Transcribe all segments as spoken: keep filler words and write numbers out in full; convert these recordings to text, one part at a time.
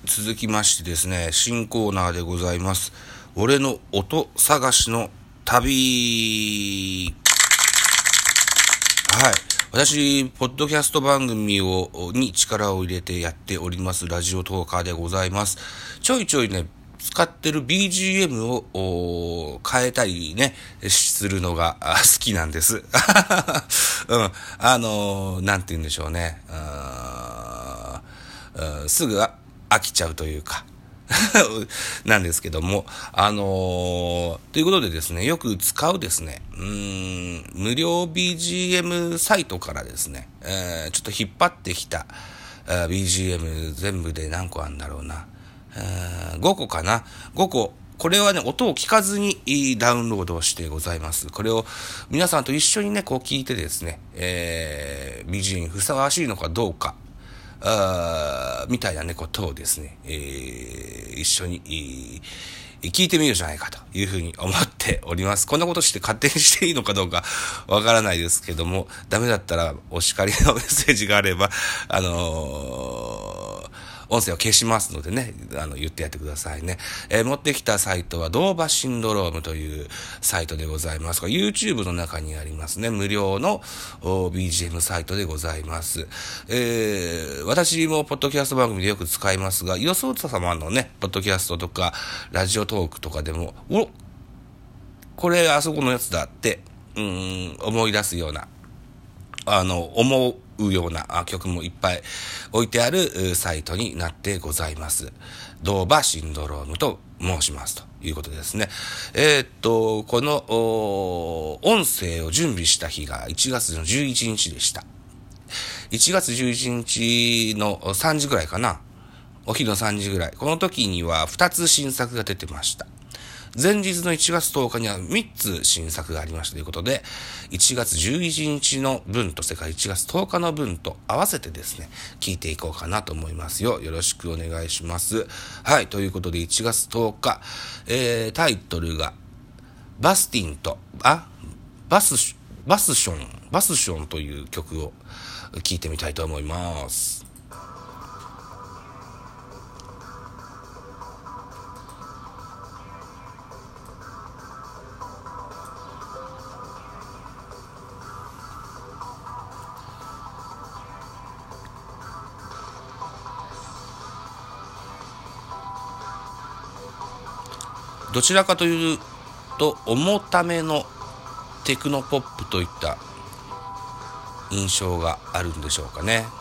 続きましてですね、新コーナーでございます。俺の音探しの旅。はい。私、ポッドキャスト番組を、に力を入れてやっております、ラジオトーカーでございます。ちょいちょいね、使ってる ビージーエム を変えたりね、するのが好きなんです。うん。あのー、なんて言うんでしょうね。うん、すぐ飽きちゃうというか。なんですけども、あのー、ということでですね、よく使うですね、うーん、無料 ビージーエム サイトからですね、えー、ちょっと引っ張ってきた、ビージーエム 全部で何個あるんだろうな、えー、ごこかな、ごこ。これはね、音を聞かずにダウンロードをしてございます。これを皆さんと一緒にね、こう聞いてですね、えー、ビージーエム にふさわしいのかどうか、あみたいなね、ことをですね、えー、一緒に、えー、聞いてみようじゃないかというふうに思っております。こんなことして勝手にしていいのかどうかわからないですけども、ダメだったらお叱りのメッセージがあれば、あのー、音声を消しますのでね、あの、言ってやってくださいね。えー、持ってきたサイトは、ドーバシンドロームというサイトでございます。これ YouTube の中にありますね、無料の ビージーエム サイトでございます。えー、私もポッドキャスト番組でよく使いますが、よそ様のね、ポッドキャストとか、ラジオトークとかでも、お、これあそこのやつだって、うーん、思い出すような、あの、思うような曲もいっぱい置いてあるサイトになってございます。ドーバシンドロームと申しますということですね。えー、っと、この音声を準備した日がいちがつのじゅういちにちでした。いちがつじゅういちにちのさんじぐらいかな。お昼のさんじぐらい。この時にはふたつ新作が出てました。前日のいちがつとおかにはみっつ新作がありましたということで、いちがつじゅういちにちの分と、それからいちがつとおかの分と合わせてですね、聞いていこうかなと思いますよ。よろしくお願いします。はい、ということでいちがつとおか、えー、タイトルが、バスティンと、あ、バス、バスション、バスションという曲を聞いてみたいと思います。どちらかというと重ためのテクノポップといった印象があるんでしょうかね。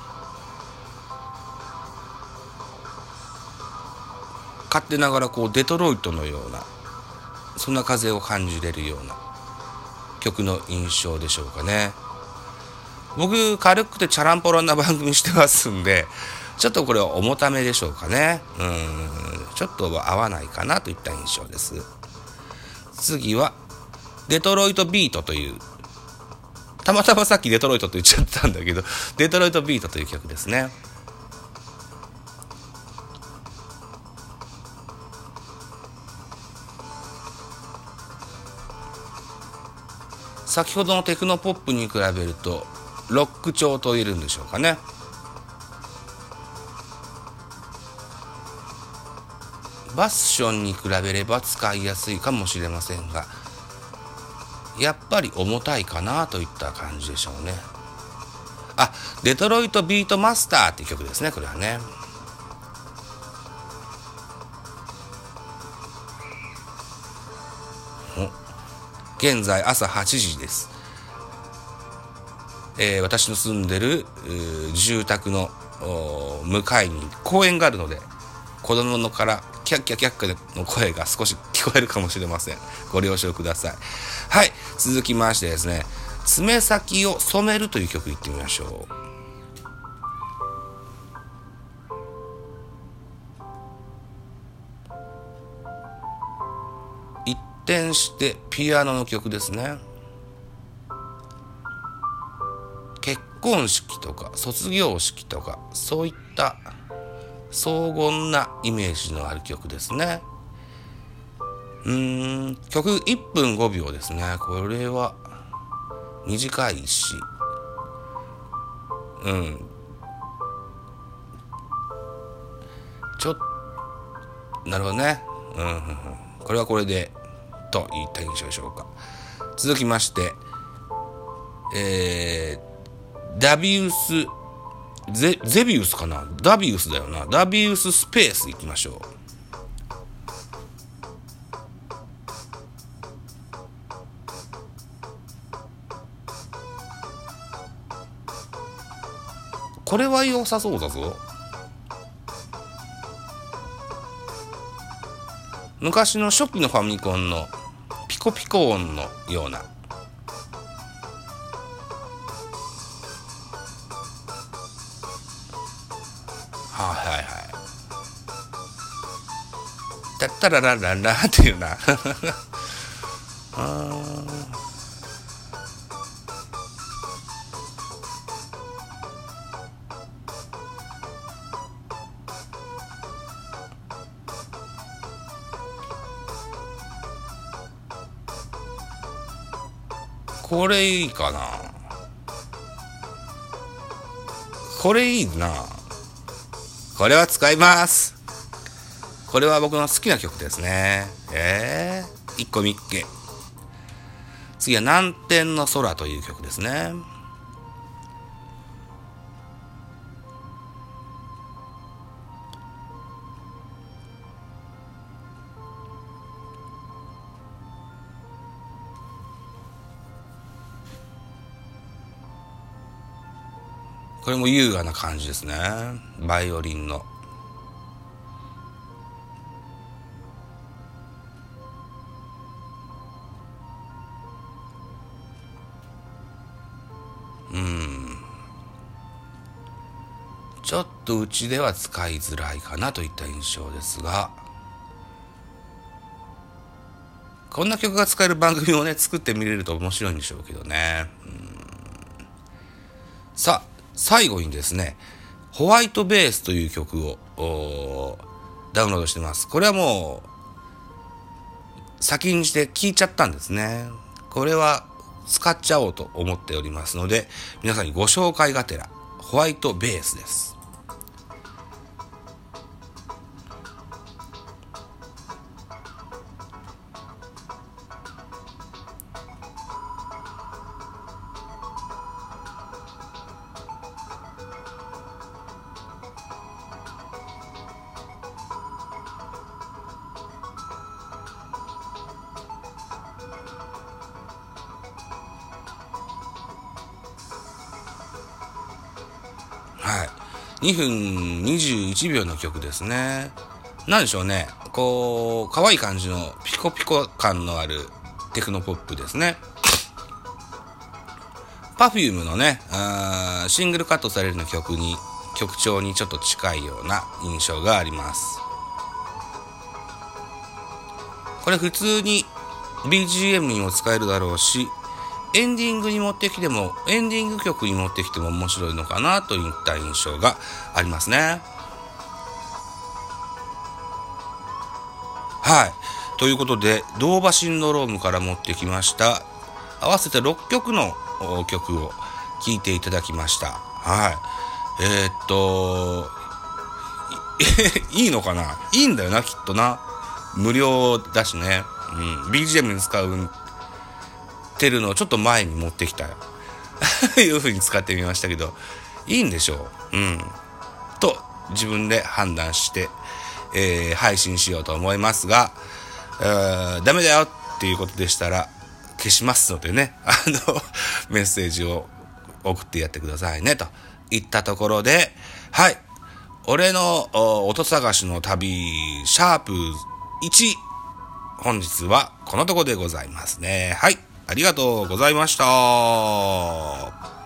勝手ながらこうデトロイトのような、そんな風を感じれるような曲の印象でしょうかね。僕軽くてチャランポランな番組してますんで、ちょっとこれは重ためでしょうかね。うーん、ちょっと合わないかなといった印象です。次はデトロイトビートという、たまたまさっきデトロイトと言っちゃったんだけど、デトロイトビートという曲ですね。先ほどのテクノポップに比べるとロック調と言えるんでしょうかね。バッションに比べれば使いやすいかもしれませんが、やっぱり重たいかなといった感じでしょうね。あ、デトロイトビートマスターっていう曲ですね、これはね。現在朝はちじです。えー、私の住んでる住宅の向かいに公園があるので、子供のからキャッキャキャッキャの声が少し聞こえるかもしれません。ご了承ください。はい、続きましてですね、爪先を染めるという曲いってみましょう。一転してピアノの曲ですね。結婚式とか卒業式とか、そういった荘厳なイメージのある曲ですね。うーん、曲いっぷんごびょうですね。これは短いし、うん、ちょっなるほどね。うん、うん、うん。これはこれで、といった印象でしょうか。続きまして、えー、ダビウス、ゼ、ゼビウスかなダビウスだよな。ダビウススペース行きましょう。これは良さそうだぞ。昔の初期のファミコンのピコピコ音のような。はいはいはい。タッタララララっていうな。あこれいいかな。これいいな。これは使います。これは僕の好きな曲ですね。えー、一個みっけ。次は南天の空という曲ですね。これも優雅な感じですね。バイオリンの。うん。ちょっとうちでは使いづらいかなといった印象ですが、こんな曲が使える番組をね、作ってみれると面白いんでしょうけどね。うん、さあ、最後にですね、ホワイトベースという曲をダウンロードしてます。これはもう先にして聞いちゃったんですね。これは使っちゃおうと思っておりますので、皆さんにご紹介がてらホワイトベースです。はい。にふんにじゅういちびょうの曲ですね。なんでしょうね。こう、可愛い感じのピコピコ感のあるテクノポップですね。パフュームのね、あシングルカットされるの曲に、曲調にちょっと近いような印象があります。これ普通に ビージーエム にも使えるだろうし、エンディングに持ってきても、エンディング曲に持ってきても面白いのかなといった印象がありますね。はい。ということで、ドーバシンドロームから持ってきました。合わせてろっきょくの曲を聴いていただきました。はい。えー、っと、いいのかないいんだよな、きっとな。無料だしね。うん。ビージーエム に使うてるのをちょっと前に持ってきたいう風に使ってみましたけど、いいんでしょう。うん。と、自分で判断して、えー、配信しようと思いますが、えー、ダメだよっていうことでしたら、消しますのでね、あの、メッセージを送ってやってくださいね、といったところで、はい。俺の音探しの旅、シャープいち、本日はこのところでございますね。はい。ありがとうございました。